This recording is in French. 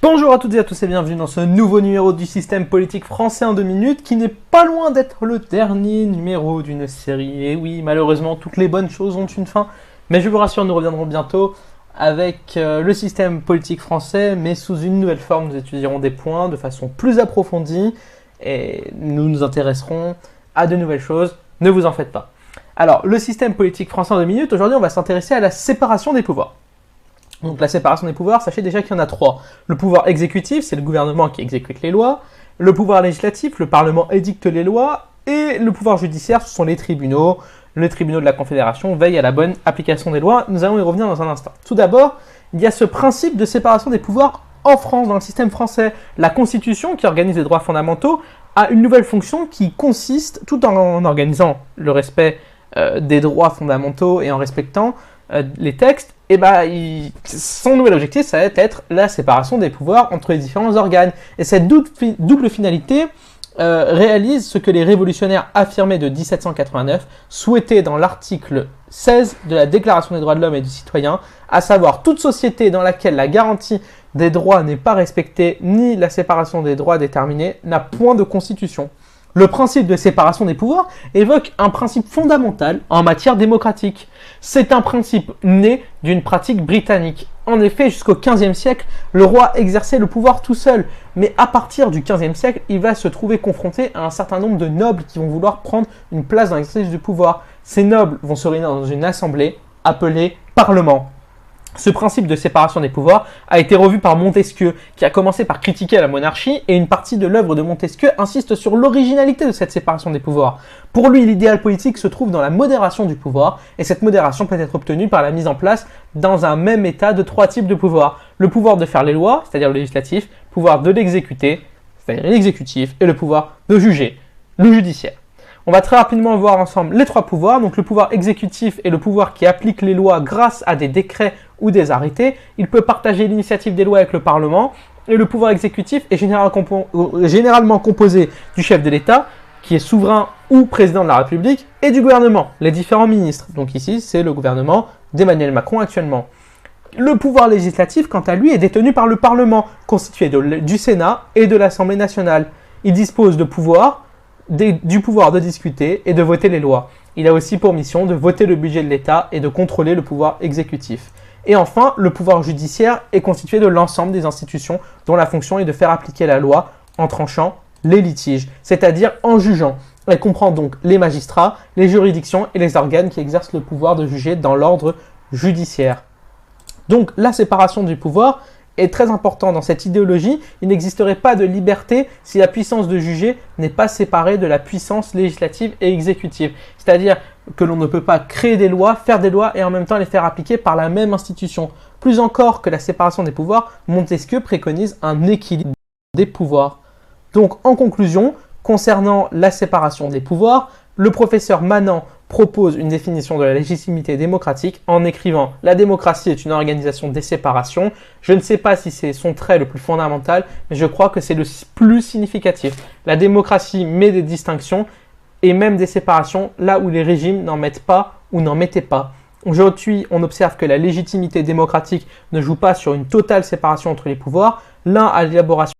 Bonjour à toutes et à tous et bienvenue dans ce nouveau numéro du système politique français en 2 minutes qui n'est pas loin d'être le dernier numéro d'une série. Et oui, malheureusement, toutes les bonnes choses ont une fin. Mais je vous rassure, nous reviendrons bientôt avec le système politique français, mais sous une nouvelle forme. Nous étudierons des points de façon plus approfondie et nous nous intéresserons à de nouvelles choses. Ne vous en faites pas. Alors, le système politique français en 2 minutes, aujourd'hui on va s'intéresser à la séparation des pouvoirs. Donc la séparation des pouvoirs, sachez déjà qu'il y en a 3. Le pouvoir exécutif, c'est le gouvernement qui exécute les lois. Le pouvoir législatif, le Parlement édicte les lois. Et le pouvoir judiciaire, ce sont les tribunaux. Les tribunaux de la Confédération veillent à la bonne application des lois. Nous allons y revenir dans un instant. Tout d'abord, il y a ce principe de séparation des pouvoirs en France, dans le système français. La Constitution, qui organise les droits fondamentaux, a une nouvelle fonction qui consiste, tout en organisant le respect des droits fondamentaux et en respectant les textes, son nouvel objectif, ça va être la séparation des pouvoirs entre les différents organes. Et cette double finalité réalise ce que les révolutionnaires affirmés de 1789 souhaitaient dans l'article 16 de la Déclaration des droits de l'homme et du citoyen, à savoir toute société dans laquelle la garantie des droits n'est pas respectée ni la séparation des droits déterminée n'a point de constitution. Le principe de séparation des pouvoirs évoque un principe fondamental en matière démocratique. C'est un principe né d'une pratique britannique. En effet, jusqu'au XVe siècle, le roi exerçait le pouvoir tout seul. Mais à partir du XVe siècle, il va se trouver confronté à un certain nombre de nobles qui vont vouloir prendre une place dans l'exercice du pouvoir. Ces nobles vont se réunir dans une assemblée appelée Parlement. Ce principe de séparation des pouvoirs a été revu par Montesquieu, qui a commencé par critiquer la monarchie, et une partie de l'œuvre de Montesquieu insiste sur l'originalité de cette séparation des pouvoirs. Pour lui, l'idéal politique se trouve dans la modération du pouvoir, et cette modération peut être obtenue par la mise en place dans un même état de 3 types de pouvoirs. Le pouvoir de faire les lois, c'est-à-dire le législatif, le pouvoir de l'exécuter, c'est-à-dire l'exécutif, et le pouvoir de juger, le judiciaire. On va très rapidement voir ensemble les 3 pouvoirs. Donc le pouvoir exécutif est le pouvoir qui applique les lois grâce à des décrets ou des arrêtés. Il peut partager l'initiative des lois avec le Parlement. Et le pouvoir exécutif est généralement composé du chef de l'État, qui est souverain ou président de la République, et du gouvernement, les différents ministres. Donc ici, c'est le gouvernement d'Emmanuel Macron actuellement. Le pouvoir législatif, quant à lui, est détenu par le Parlement, constitué du Sénat et de l'Assemblée nationale. Il dispose de du pouvoir de discuter et de voter les lois. Il a aussi pour mission de voter le budget de l'État et de contrôler le pouvoir exécutif. Et enfin, le pouvoir judiciaire est constitué de l'ensemble des institutions dont la fonction est de faire appliquer la loi en tranchant les litiges, c'est-à-dire en jugeant. Elle comprend donc les magistrats, les juridictions et les organes qui exercent le pouvoir de juger dans l'ordre judiciaire. Donc la séparation du pouvoir est très important dans cette idéologie. Il n'existerait pas de liberté si la puissance de juger n'est pas séparée de la puissance législative et exécutive. C'est-à-dire que l'on ne peut pas créer des lois, faire des lois et en même temps les faire appliquer par la même institution. Plus encore que la séparation des pouvoirs, Montesquieu préconise un équilibre des pouvoirs. Donc en conclusion, concernant la séparation des pouvoirs, le professeur Manant propose une définition de la légitimité démocratique en écrivant « La démocratie est une organisation des séparations ». Je ne sais pas si c'est son trait le plus fondamental, mais je crois que c'est le plus significatif. La démocratie met des distinctions et même des séparations là où les régimes n'en mettent pas ou n'en mettaient pas. Aujourd'hui, on observe que la légitimité démocratique ne joue pas sur une totale séparation entre les pouvoirs. L'un à l'élaboration